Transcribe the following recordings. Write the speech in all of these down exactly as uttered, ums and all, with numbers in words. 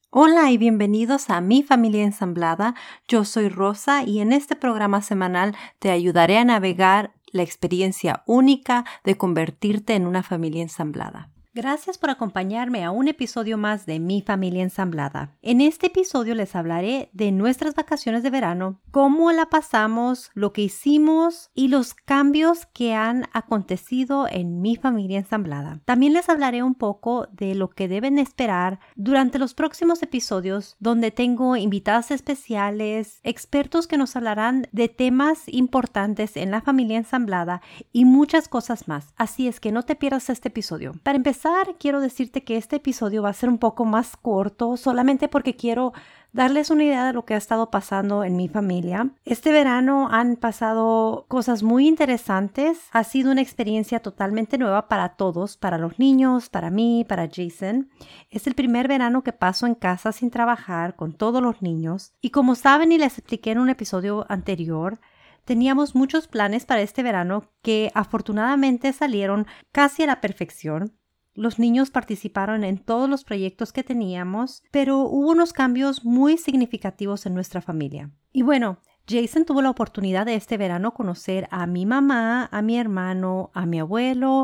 Hola y bienvenidos a Mi Familia Ensamblada. Yo soy Rosa y en este programa semanal te ayudaré a navegar la experiencia única de convertirte en una familia ensamblada. Gracias por acompañarme a un episodio más de Mi Familia Ensamblada. En este episodio les hablaré de nuestras vacaciones de verano, cómo la pasamos, lo que hicimos y los cambios que han acontecido en Mi Familia Ensamblada. También les hablaré un poco de lo que deben esperar durante los próximos episodios, donde tengo invitadas especiales, expertos que nos hablarán de temas importantes en la familia ensamblada y muchas cosas más. Así es que no te pierdas este episodio. Para empezar, quiero decirte que este episodio va a ser un poco más corto, solamente porque quiero darles una idea de lo que ha estado pasando en mi familia. Este verano han pasado cosas muy interesantes. Ha sido una experiencia totalmente nueva para todos, para los niños, para mí, para Jason. Es el primer verano que paso en casa sin trabajar con todos los niños. Y como saben y les expliqué en un episodio anterior, teníamos muchos planes para este verano que afortunadamente salieron casi a la perfección. Los niños participaron en todos los proyectos que teníamos, pero hubo unos cambios muy significativos en nuestra familia. Y bueno, Jason tuvo la oportunidad de este verano conocer a mi mamá, a mi hermano, a mi abuelo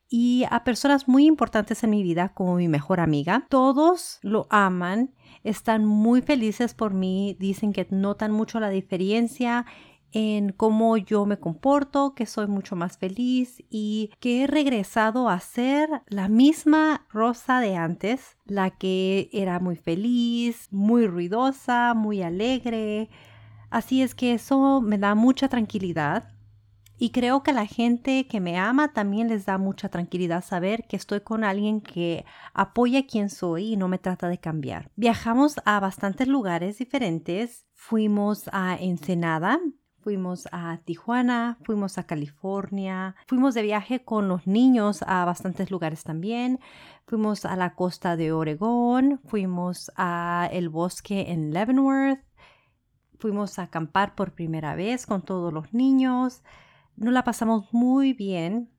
y a personas muy importantes en mi vida como mi mejor amiga. Todos lo aman, están muy felices por mí, dicen que notan mucho la diferencia en cómo yo me comporto, que soy mucho más feliz y que he regresado a ser la misma Rosa de antes, la que era muy feliz, muy ruidosa, muy alegre. Así es que eso me da mucha tranquilidad y creo que a la gente que me ama también les da mucha tranquilidad saber que estoy con alguien que apoya quien soy y no me trata de cambiar. Viajamos a bastantes lugares diferentes, fuimos a Ensenada, fuimos a Tijuana, fuimos a California, fuimos de viaje con los niños a bastantes lugares también, fuimos a la costa de Oregón, fuimos a el bosque en Leavenworth, fuimos a acampar por primera vez con todos los niños, nos la pasamos muy bien,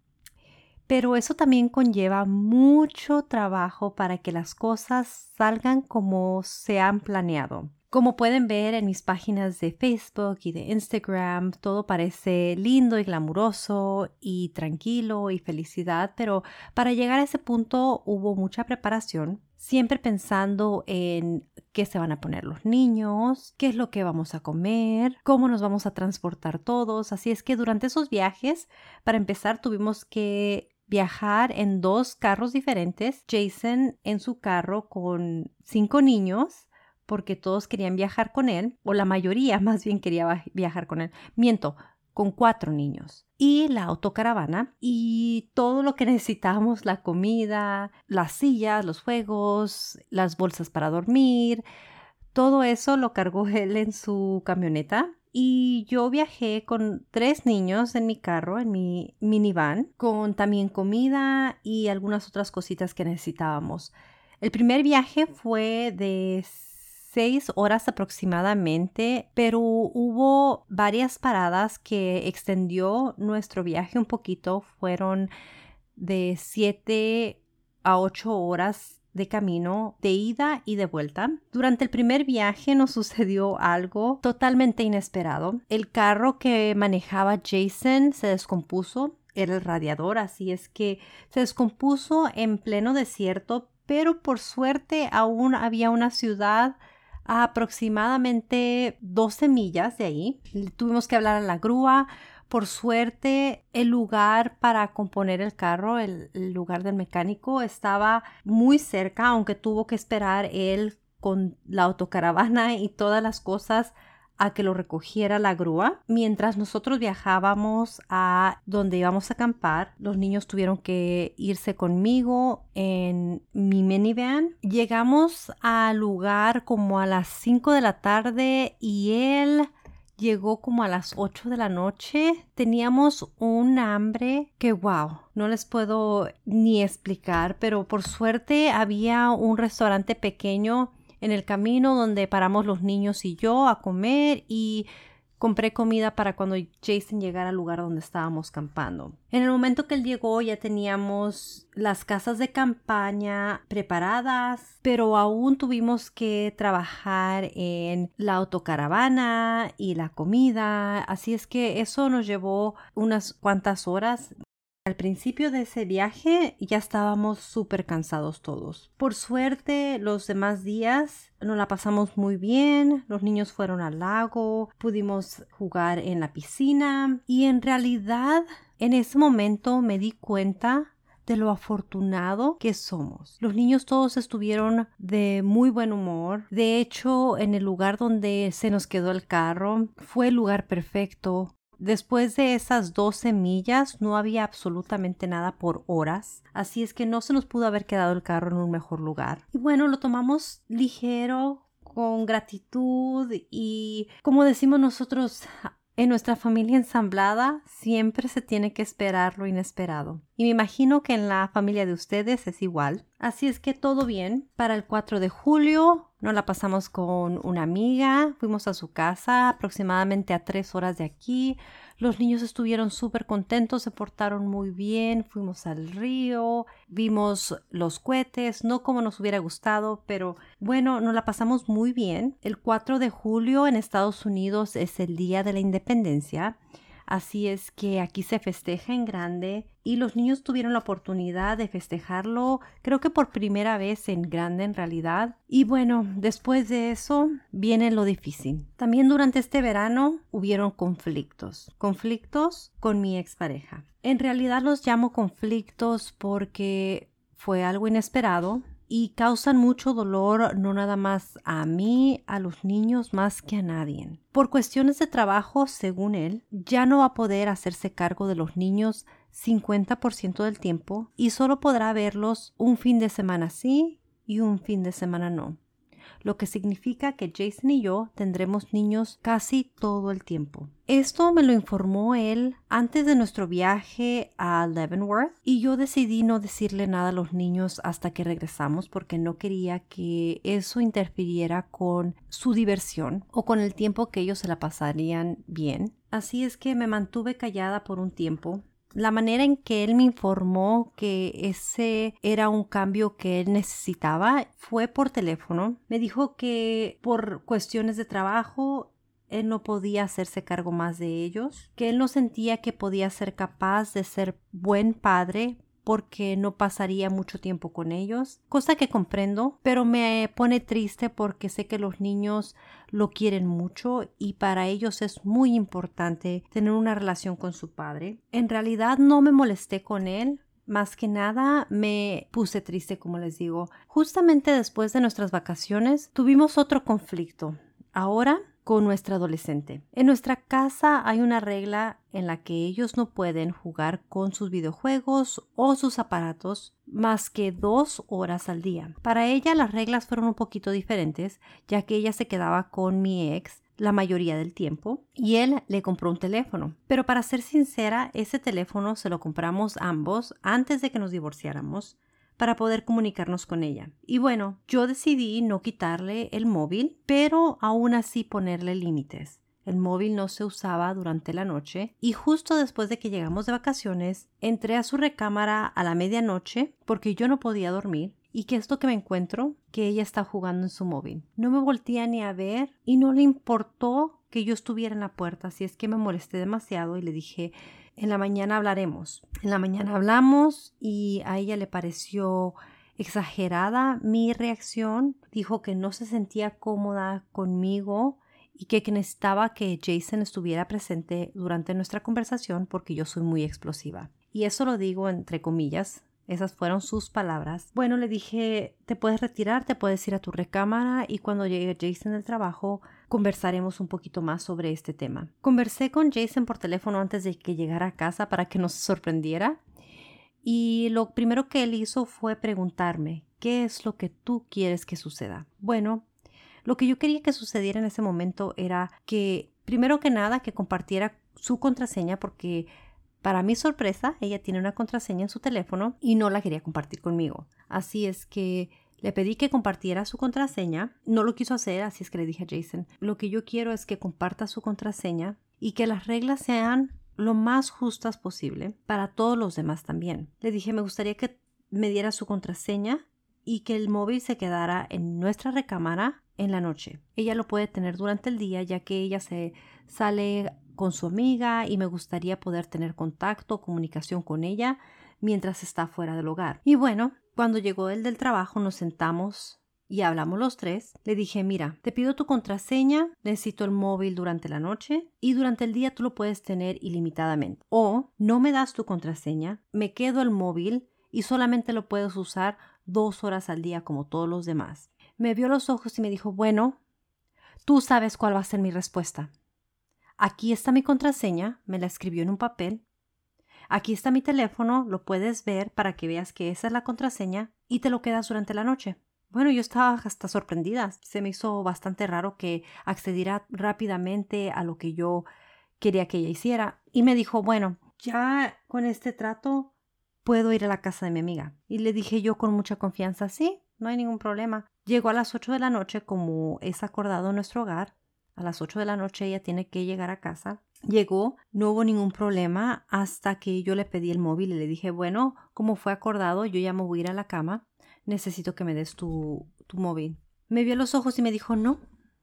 pero eso también conlleva mucho trabajo para que las cosas salgan como se han planeado. Como pueden ver en mis páginas de Facebook y de Instagram, todo parece lindo y glamuroso y tranquilo y felicidad, pero para llegar a ese punto hubo mucha preparación, siempre pensando en qué se van a poner los niños, qué es lo que vamos a comer, cómo nos vamos a transportar todos. Así es que durante esos viajes, para empezar, tuvimos que viajar en dos carros diferentes. Jason en su carro con cinco niños, porque todos querían viajar con él, o la mayoría más bien quería viajar con él. Miento, con cuatro niños. Y la autocaravana y todo lo que necesitábamos, la comida, las sillas, los juegos, las bolsas para dormir, todo eso lo cargó él en su camioneta. Y yo viajé con tres niños en mi carro, en mi minivan, con también comida y algunas otras cositas que necesitábamos. El primer viaje fue de seis horas aproximadamente, pero hubo varias paradas que extendió nuestro viaje un poquito. Fueron de siete a ocho horas de camino, de ida y de vuelta. Durante el primer viaje nos sucedió algo totalmente inesperado. El carro que manejaba Jason se descompuso. Era el radiador, así es que se descompuso en pleno desierto, pero por suerte aún había una ciudad a aproximadamente doce millas de ahí. Tuvimos que hablar a la grúa. Por suerte, el lugar para componer el carro, el, el lugar del mecánico, estaba muy cerca, aunque tuvo que esperar él con la autocaravana y todas las cosas a que lo recogiera la grúa. Mientras nosotros viajábamos a donde íbamos a acampar, los niños tuvieron que irse conmigo en mi minivan. Llegamos al lugar como a las cinco de la tarde y él llegó como a las ocho de la noche. Teníamos un hambre que wow, no les puedo ni explicar, pero por suerte había un restaurante pequeño en el camino donde paramos los niños y yo a comer y compré comida para cuando Jason llegara al lugar donde estábamos campando. En el momento que él llegó ya teníamos las casas de campaña preparadas, pero aún tuvimos que trabajar en la autocaravana y la comida, así es que eso nos llevó unas cuantas horas. Al principio de ese viaje ya estábamos súper cansados todos. Por suerte, los demás días nos la pasamos muy bien. Los niños fueron al lago, pudimos jugar en la piscina y en realidad en ese momento me di cuenta de lo afortunado que somos. Los niños todos estuvieron de muy buen humor. De hecho, en el lugar donde se nos quedó el carro fue el lugar perfecto. Después de esas doce millas no había absolutamente nada por horas, así es que no se nos pudo haber quedado el carro en un mejor lugar. Y bueno, lo tomamos ligero, con gratitud y, como decimos nosotros, en nuestra familia ensamblada siempre se tiene que esperar lo inesperado. Y me imagino que en la familia de ustedes es igual. Así es que todo bien. Para el cuatro de julio nos la pasamos con una amiga. Fuimos a su casa aproximadamente a tres horas de aquí. Los niños estuvieron súper contentos, se portaron muy bien. Fuimos al río, vimos los cohetes, no como nos hubiera gustado, pero bueno, nos la pasamos muy bien. El cuatro de julio en Estados Unidos es el Día de la Independencia. Así es que aquí se festeja en grande y los niños tuvieron la oportunidad de festejarlo, creo que por primera vez en grande en realidad. Y bueno, después de eso viene lo difícil. También durante este verano hubieron conflictos, conflictos con mi expareja. En realidad los llamo conflictos porque fue algo inesperado y causan mucho dolor no nada más a mí, a los niños, más que a nadie. Por cuestiones de trabajo, según él, ya no va a poder hacerse cargo de los niños cincuenta por ciento del tiempo y solo podrá verlos un fin de semana sí y un fin de semana no. Lo que significa que Jason y yo tendremos niños casi todo el tiempo. Esto me lo informó él antes de nuestro viaje a Leavenworth y yo decidí no decirle nada a los niños hasta que regresamos porque no quería que eso interfiriera con su diversión o con el tiempo que ellos se la pasarían bien. Así es que me mantuve callada por un tiempo. La manera en que él me informó que ese era un cambio que él necesitaba fue por teléfono. Me dijo que por cuestiones de trabajo él no podía hacerse cargo más de ellos, que él no sentía que podía ser capaz de ser buen padre porque no pasaría mucho tiempo con ellos, cosa que comprendo, pero me pone triste porque sé que los niños lo quieren mucho y para ellos es muy importante tener una relación con su padre. En realidad no me molesté con él. Más que nada me puse triste, como les digo. Justamente después de nuestras vacaciones tuvimos otro conflicto. Ahora con nuestra adolescente. En nuestra casa hay una regla en la que ellos no pueden jugar con sus videojuegos o sus aparatos más que dos horas al día. Para ella las reglas fueron un poquito diferentes, ya que ella se quedaba con mi ex la mayoría del tiempo y él le compró un teléfono. Pero para ser sincera, ese teléfono se lo compramos ambos antes de que nos divorciáramos para poder comunicarnos con ella. Y bueno, yo decidí no quitarle el móvil, pero aún así ponerle límites. El móvil no se usaba durante la noche y justo después de que llegamos de vacaciones, entré a su recámara a la medianoche porque yo no podía dormir. ¿Y qué es lo que me encuentro? Que ella está jugando en su móvil. No me volteé ni a ver y no le importó que yo estuviera en la puerta, así es que me molesté demasiado y le dije, en la mañana hablaremos. En la mañana hablamos y a ella le pareció exagerada mi reacción. Dijo que no se sentía cómoda conmigo y que, que necesitaba que Jason estuviera presente durante nuestra conversación porque yo soy muy explosiva. Y eso lo digo entre comillas. Esas fueron sus palabras. Bueno, le dije, te puedes retirar, te puedes ir a tu recámara y cuando llegue Jason del trabajo conversaremos un poquito más sobre este tema. Conversé con Jason por teléfono antes de que llegara a casa para que no se sorprendiera y lo primero que él hizo fue preguntarme, ¿qué es lo que tú quieres que suceda? Bueno, lo que yo quería que sucediera en ese momento era que, primero que nada, que compartiera su contraseña porque para mi sorpresa, ella tiene una contraseña en su teléfono y no la quería compartir conmigo. Así es que Le pedí que compartiera su contraseña. No lo quiso hacer, así es que le dije a Jason, lo que yo quiero es que comparta su contraseña y que las reglas sean lo más justas posible para todos los demás también. Le dije, me gustaría que me diera su contraseña y que el móvil se quedara en nuestra recámara en la noche. Ella lo puede tener durante el día, ya que ella se sale con su amiga y me gustaría poder tener contacto o comunicación con ella mientras está fuera del hogar. Y bueno, cuando llegó él del trabajo nos sentamos y hablamos los tres. Le dije, mira, te pido tu contraseña, necesito el móvil durante la noche y durante el día tú lo puedes tener ilimitadamente. O no me das tu contraseña, me quedo el móvil y solamente lo puedes usar dos horas al día como todos los demás. Me vio los ojos y me dijo, bueno, tú sabes cuál va a ser mi respuesta. Aquí está mi contraseña, me la escribió en un papel. Aquí está mi teléfono, lo puedes ver para que veas que esa es la contraseña y te lo quedas durante la noche. Bueno, yo estaba hasta sorprendida. Se me hizo bastante raro que accediera rápidamente a lo que yo quería que ella hiciera. Y me dijo, bueno, ya con este trato puedo ir a la casa de mi amiga. Y le dije yo con mucha confianza, sí, no hay ningún problema. Llegó a las ocho de la noche como es acordado en nuestro hogar. A las ocho de la noche ella tiene que llegar a casa. Llegó, no hubo ningún problema hasta que yo le pedí el móvil y le dije, bueno, como fue acordado, yo ya me voy a ir a la cama. Necesito que me des tu, tu móvil. Me vio a los ojos y me dijo, no,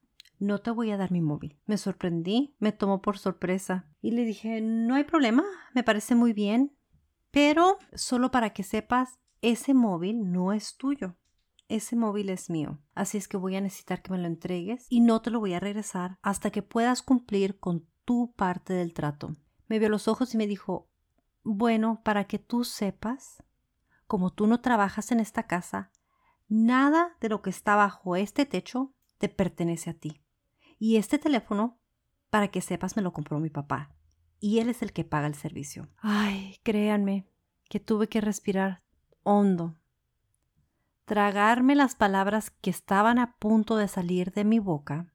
no te voy a dar mi móvil. Me sorprendí, me tomó por sorpresa. Y le dije, no hay problema, me parece muy bien. Pero solo para que sepas, ese móvil no es tuyo. Ese móvil es mío. Así es que voy a necesitar que me lo entregues y no te lo voy a regresar hasta que puedas cumplir con tu parte del trato. Me vio a los ojos y me dijo, bueno, para que tú sepas, como tú no trabajas en esta casa, nada de lo que está bajo este techo te pertenece a ti. Y este teléfono, para que sepas, me lo compró mi papá. Y él es el que paga el servicio. Ay, créanme que tuve que respirar hondo. Tragarme las palabras que estaban a punto de salir de mi boca.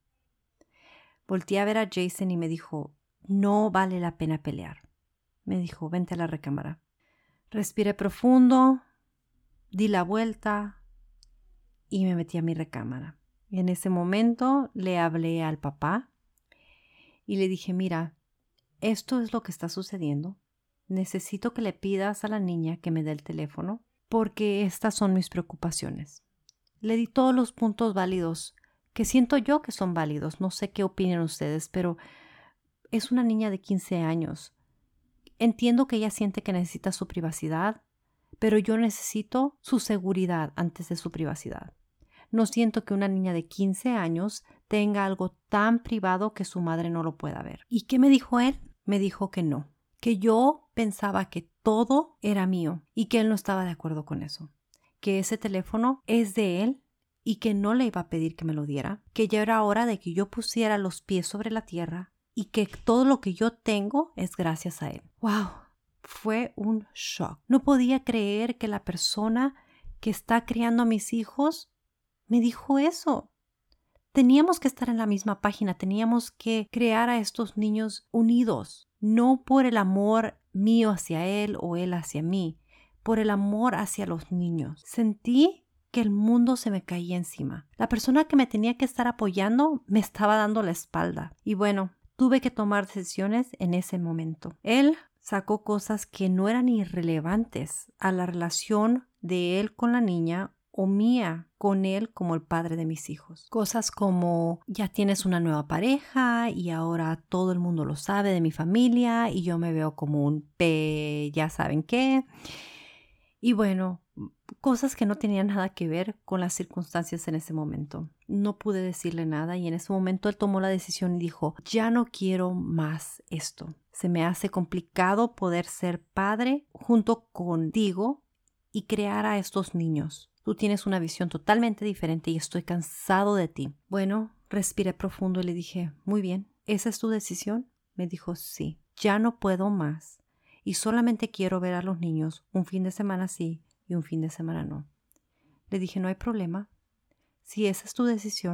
Volteé a ver a Jason y me dijo, no vale la pena pelear. Me dijo, vente a la recámara. Respiré profundo, di la vuelta y me metí a mi recámara. En ese momento le hablé al papá y le dije, mira, esto es lo que está sucediendo. Necesito que le pidas a la niña que me dé el teléfono porque estas son mis preocupaciones. Le di todos los puntos válidos que siento yo que son válidos. No sé qué opinan ustedes, pero es una niña de quince años. Entiendo que ella siente que necesita su privacidad, pero yo necesito su seguridad antes de su privacidad. No siento que una niña de quince años tenga algo tan privado que su madre no lo pueda ver. ¿Y qué me dijo él? Me dijo que no, que yo pensaba que todo era mío y que él no estaba de acuerdo con eso, que ese teléfono es de él y que no le iba a pedir que me lo diera, que ya era hora de que yo pusiera los pies sobre la tierra y que todo lo que yo tengo es gracias a él. ¡Wow! Fue un shock. No podía creer que la persona que está criando a mis hijos me dijo eso. Teníamos que estar en la misma página, teníamos que crear a estos niños unidos, no por el amor mío hacia él o él hacia mí, por el amor hacia los niños. Sentí que el mundo se me caía encima. La persona que me tenía que estar apoyando me estaba dando la espalda. Y bueno, tuve que tomar decisiones en ese momento. Él sacó cosas que no eran irrelevantes a la relación de él con la niña o mía con él como el padre de mis hijos. Cosas como ya tienes una nueva pareja y ahora todo el mundo lo sabe de mi familia y yo me veo como un pe, ya saben qué. Y bueno, cosas que no tenían nada que ver con las circunstancias en ese momento. No pude decirle nada y en ese momento él tomó la decisión y dijo, ya no quiero más esto. Se me hace complicado poder ser padre junto contigo y crear a estos niños. Tú tienes una visión totalmente diferente y estoy cansado de ti. Bueno, respiré profundo y le dije, muy bien, ¿esa es tu decisión? Me dijo, sí, ya no puedo más y solamente quiero ver a los niños un fin de semana sí y un fin de semana no. Le dije, no hay problema. Si esa es tu decisión,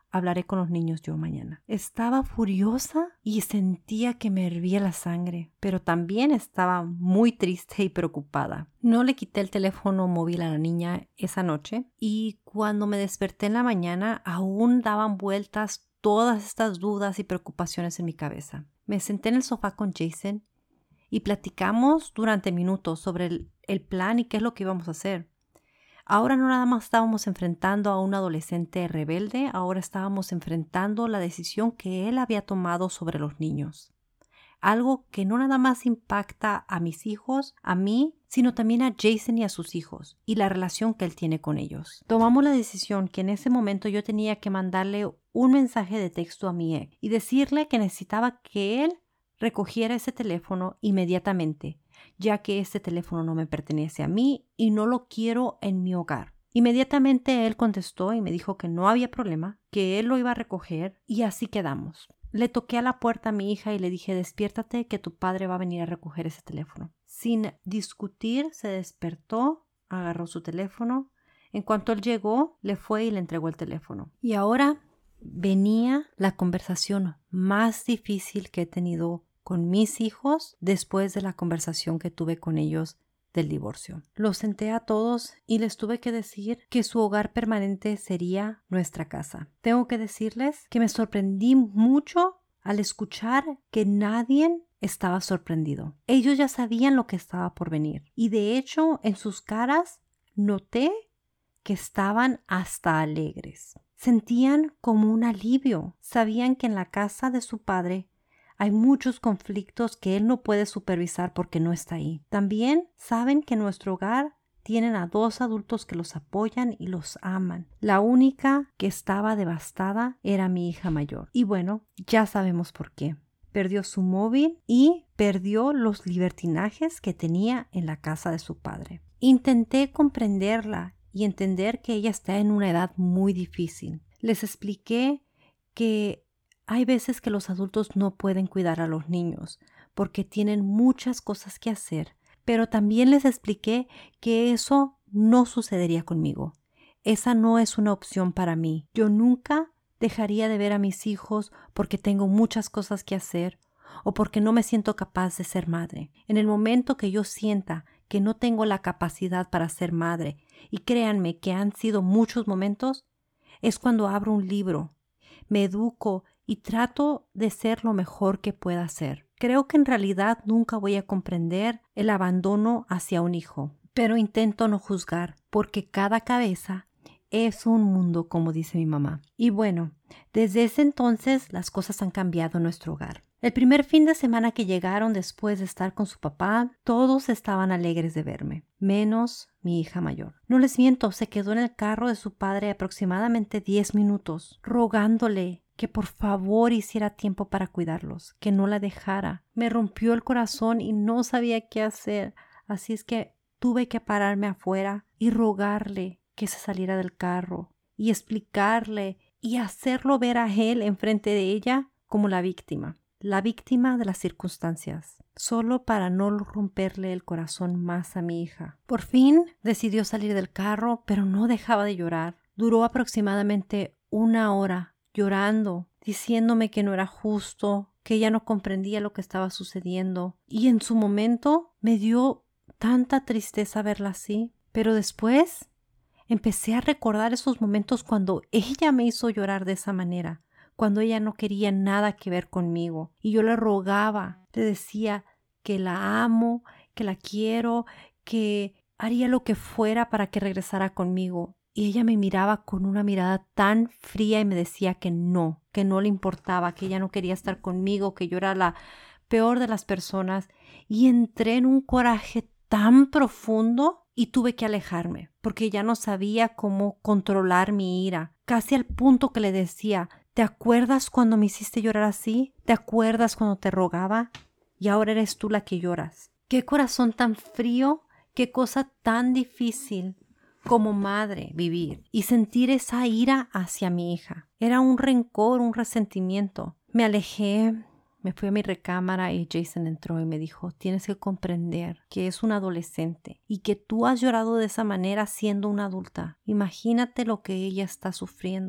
hablaré con los niños yo mañana. Estaba furiosa y sentía que me hervía la sangre, pero también estaba muy triste y preocupada. No le quité el teléfono móvil a la niña esa noche y cuando me desperté en la mañana aún daban vueltas todas estas dudas y preocupaciones en mi cabeza. Me senté en el sofá con Jason y platicamos durante minutos sobre el, el plan y qué es lo que íbamos a hacer. Ahora no nada más estábamos enfrentando a un adolescente rebelde, ahora estábamos enfrentando la decisión que él había tomado sobre los niños. Algo que no nada más impacta a mis hijos, a mí, sino también a Jason y a sus hijos y la relación que él tiene con ellos. Tomamos la decisión que en ese momento yo tenía que mandarle un mensaje de texto a mi ex y decirle que necesitaba que él recogiera ese teléfono inmediatamente, ya que este teléfono no me pertenece a mí y no lo quiero en mi hogar. Inmediatamente él contestó y me dijo que no había problema, que él lo iba a recoger y así quedamos. Le toqué a la puerta a mi hija y le dije, despiértate que tu padre va a venir a recoger ese teléfono. Sin discutir, se despertó, agarró su teléfono. En cuanto él llegó, le fue y le entregó el teléfono. Y ahora venía la conversación más difícil que he tenido con mis hijos después de la conversación que tuve con ellos del divorcio. Los senté a todos y les tuve que decir que su hogar permanente sería nuestra casa. Tengo que decirles que me sorprendí mucho al escuchar que nadie estaba sorprendido. Ellos ya sabían lo que estaba por venir y de hecho en sus caras noté que estaban hasta alegres. Sentían como un alivio. Sabían que en la casa de su padre hay muchos conflictos que él no puede supervisar porque no está ahí. También saben que en nuestro hogar tienen a dos adultos que los apoyan y los aman. La única que estaba devastada era mi hija mayor. Y bueno, ya sabemos por qué. Perdió su móvil y perdió los libertinajes que tenía en la casa de su padre. Intenté comprenderla y entender que ella está en una edad muy difícil. Les expliqué que hay veces que los adultos no pueden cuidar a los niños porque tienen muchas cosas que hacer, pero también les expliqué que eso no sucedería conmigo. Esa no es una opción para mí. Yo nunca dejaría de ver a mis hijos porque tengo muchas cosas que hacer o porque no me siento capaz de ser madre. En el momento que yo sienta que no tengo la capacidad para ser madre, y créanme que han sido muchos momentos, es cuando abro un libro, me educo y trato de ser lo mejor que pueda ser. Creo que en realidad nunca voy a comprender el abandono hacia un hijo, pero intento no juzgar, porque cada cabeza es un mundo, como dice mi mamá. Y bueno, desde ese entonces las cosas han cambiado en nuestro hogar. El primer fin de semana que llegaron después de estar con su papá, todos estaban alegres de verme, menos mi hija mayor. No les miento, se quedó en el carro de su padre aproximadamente diez minutos, rogándole que por favor hiciera tiempo para cuidarlos, que no la dejara. Me rompió el corazón y no sabía qué hacer, así es que tuve que pararme afuera y rogarle que se saliera del carro y explicarle y hacerlo ver a él enfrente de ella como la víctima. La víctima de las circunstancias, solo para no romperle el corazón más a mi hija. Por fin decidió salir del carro, pero no dejaba de llorar. Duró aproximadamente una hora llorando, diciéndome que no era justo, que ella no comprendía lo que estaba sucediendo. Y en su momento me dio tanta tristeza verla así. Pero después empecé a recordar esos momentos cuando ella me hizo llorar de esa manera, cuando ella no quería nada que ver conmigo. Y yo le rogaba, le decía que la amo, que la quiero, que haría lo que fuera para que regresara conmigo. Y ella me miraba con una mirada tan fría y me decía que no, que no le importaba, que ella no quería estar conmigo, que yo era la peor de las personas. Y entré en un coraje tan profundo y tuve que alejarme, porque ya no sabía cómo controlar mi ira, casi al punto que le decía: ¿te acuerdas cuando me hiciste llorar así? ¿Te acuerdas cuando te rogaba? Y ahora eres tú la que lloras. ¡Qué corazón tan frío! ¡Qué cosa tan difícil como madre vivir! Y sentir esa ira hacia mi hija. Era un rencor, un resentimiento. Me alejé, me fui a mi recámara y Jason entró y me dijo: tienes que comprender que es una adolescente y que tú has llorado de esa manera siendo una adulta. Imagínate lo que ella está sufriendo.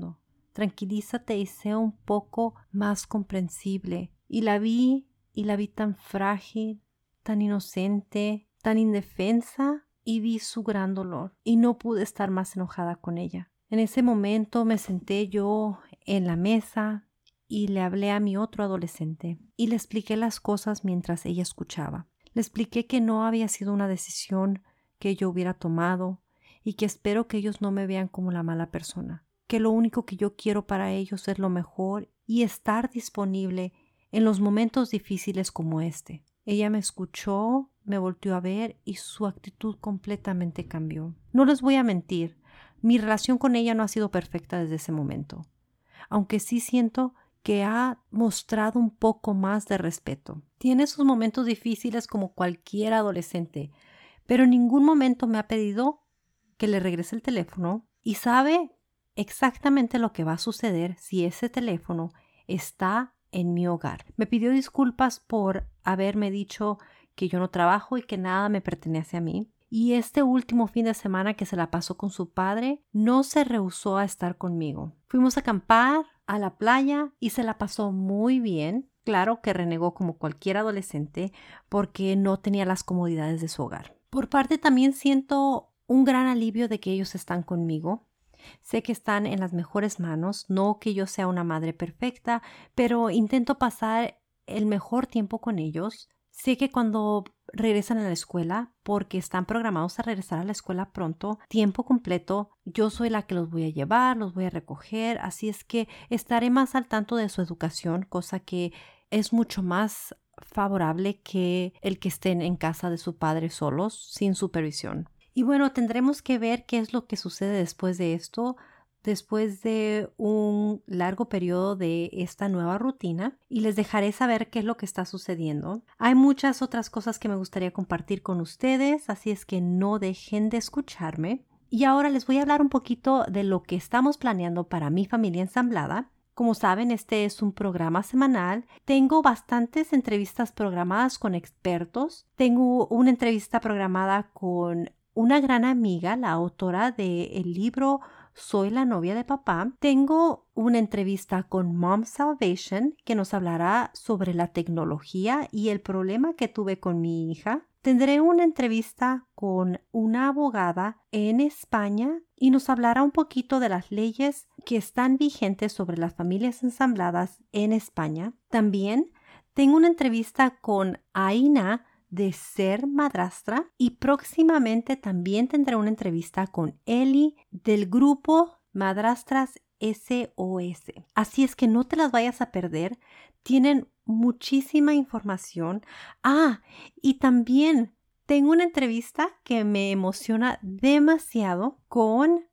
tranquilízate y sea un poco más comprensible. Y la vi, y la vi tan frágil, tan inocente, tan indefensa, y vi su gran dolor. Y no pude estar más enojada con ella. En ese momento me senté yo en la mesa y le hablé a mi otro adolescente y le expliqué las cosas mientras ella escuchaba. Le expliqué que no había sido una decisión que yo hubiera tomado y que espero que ellos no me vean como la mala persona, que lo único que yo quiero para ellos es lo mejor y estar disponible en los momentos difíciles como este. Ella me escuchó, me volteó a ver y su actitud completamente cambió. No les voy a mentir, mi relación con ella no ha sido perfecta desde ese momento, aunque sí siento que ha mostrado un poco más de respeto. Tiene sus momentos difíciles como cualquier adolescente, pero en ningún momento me ha pedido que le regrese el teléfono y sabe exactamente lo que va a suceder si ese teléfono está en mi hogar. Me pidió disculpas por haberme dicho que yo no trabajo y que nada me pertenece a mí. Y este último fin de semana que se la pasó con su padre, no se rehusó a estar conmigo. Fuimos a acampar a la playa y se la pasó muy bien. Claro que renegó como cualquier adolescente porque no tenía las comodidades de su hogar. Por parte también siento un gran alivio de que ellos están conmigo. Sé que están en las mejores manos, no que yo sea una madre perfecta, pero intento pasar el mejor tiempo con ellos. Sé que cuando regresan a la escuela, porque están programados a regresar a la escuela pronto, tiempo completo, yo soy la que los voy a llevar, los voy a recoger, así es que estaré más al tanto de su educación, cosa que es mucho más favorable que el que estén en casa de su padre solos, sin supervisión. Y bueno, tendremos que ver qué es lo que sucede después de esto, después de un largo periodo de esta nueva rutina, y les dejaré saber qué es lo que está sucediendo. Hay muchas otras cosas que me gustaría compartir con ustedes, así es que no dejen de escucharme. Y ahora les voy a hablar un poquito de lo que estamos planeando para mi familia ensamblada. Como saben, este es un programa semanal. Tengo bastantes entrevistas programadas con expertos. Tengo una entrevista programada con una gran amiga, la autora del libro Soy la novia de papá. Tengo una entrevista con Mom Salvation que nos hablará sobre la tecnología y el problema que tuve con mi hija. Tendré una entrevista con una abogada en España y nos hablará un poquito de las leyes que están vigentes sobre las familias ensambladas en España. También tengo una entrevista con Aina de Ser Madrastra y próximamente también tendré una entrevista con Eli del grupo Madrastras S O S. Así es que no te las vayas a perder. Tienen muchísima información. Ah, y también tengo una entrevista que me emociona demasiado con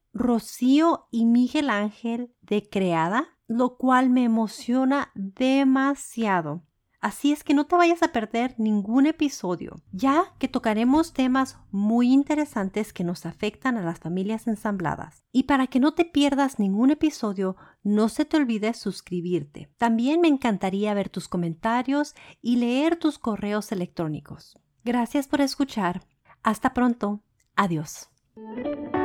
Rocío y Miguel Ángel de Creada, lo cual me emociona demasiado. Así es que no te vayas a perder ningún episodio, ya que tocaremos temas muy interesantes que nos afectan a las familias ensambladas. Y para que no te pierdas ningún episodio, no se te olvide suscribirte. También me encantaría ver tus comentarios y leer tus correos electrónicos. Gracias por escuchar. Hasta pronto. Adiós.